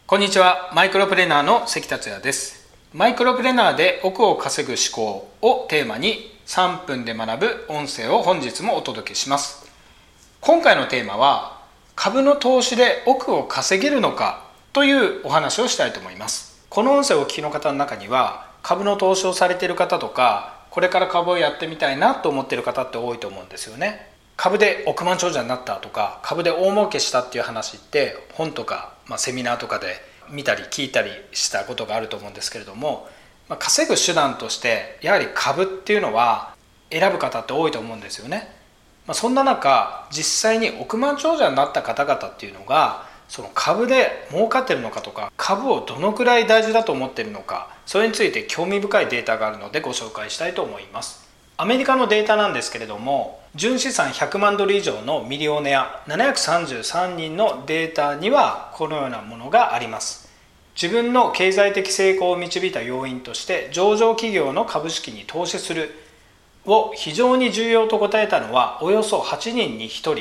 こんにちは。マイクロプレーナーの関達也です。マイクロプレーナーで億を稼ぐ思考をテーマに3分で学ぶ音声を本日もお届けします。今回のテーマは、株の投資で億を稼げるのかというお話をしたいと思います。この音声をお聞きの方の中には、株の投資をされている方とか、これから株をやってみたいなと思っている方って多いと思うんですよね。株で億万長者になったとか、株で大儲けしたっていう話って本とか、セミナーとかで見たり聞いたりしたことがあると思うんですけれども、稼ぐ手段としてやはり株っていうのは選ぶ方って多いと思うんですよね。そんな中、実際に億万長者になった方々っていうのがその株で儲かってるのかとか、株をどのくらい大事だと思ってるのか、それについて興味深いデータがあるのでご紹介したいと思います。アメリカのデータなんですけれども、純資産100万ドル以上のミリオネア733人のデータにはこのようなものがあります。自分の経済的成功を導いた要因として、上場企業の株式に投資するを非常に重要と答えたのはおよそ8人に1人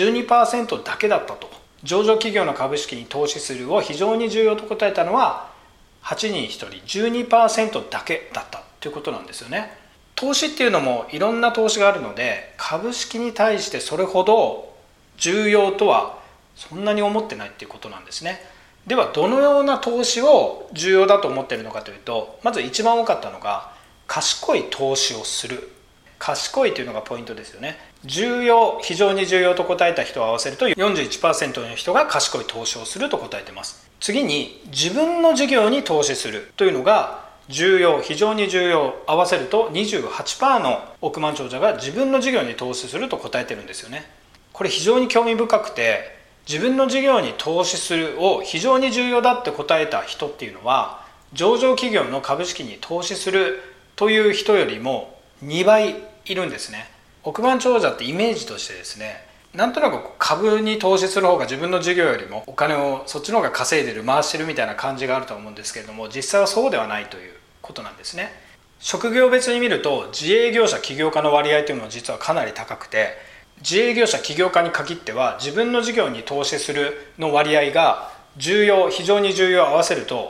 12% だけだったと。上場企業の株式に投資するを非常に重要と答えたのは8人に1人 12% だけだったということなんですよね。投資っていうのもいろんな投資があるので、株式に対してそれほど重要とはそんなに思ってないっていうことなんですね。ではどのような投資を重要だと思っているのかというと、まず一番多かったのが賢い投資をする。賢いというのがポイントですよね。重要、非常に重要と答えた人を合わせると 41% の人が賢い投資をすると答えています。次に自分の事業に投資するというのが重要、非常に重要合わせると 28% の億万長者が自分の事業に投資すると答えてるんですよね。これ非常に興味深くて、自分の事業に投資するを非常に重要だって答えた人っていうのは、上場企業の株式に投資するという人よりも2倍いるんですね。億万長者ってイメージとしてですね、なんとなく株に投資する方が自分の事業よりもお金をそっちの方が稼いでる、回してるみたいな感じがあると思うんですけれども、実際はそうではないということなんですね。職業別に見ると自営業者起業家の割合というのは実はかなり高くて、自営業者起業家に限っては自分の事業に投資するの割合が重要、非常に重要を合わせると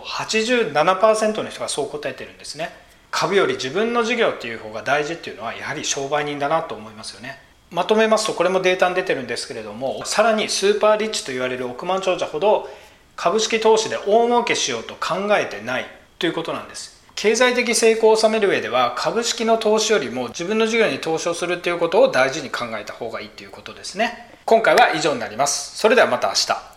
87% の人がそう答えてるんですね。株より自分の事業っていう方が大事っていうのはやはり商売人だなと思いますよね。まとめますと、これもデータに出てるんですけれども、さらにスーパーリッチと言われる億万長者ほど株式投資で大儲けしようと考えてないということなんです。経済的成功を収める上では、株式の投資よりも自分の事業に投資をするということを大事に考えた方がいいということですね。今回は以上になります。それではまた明日。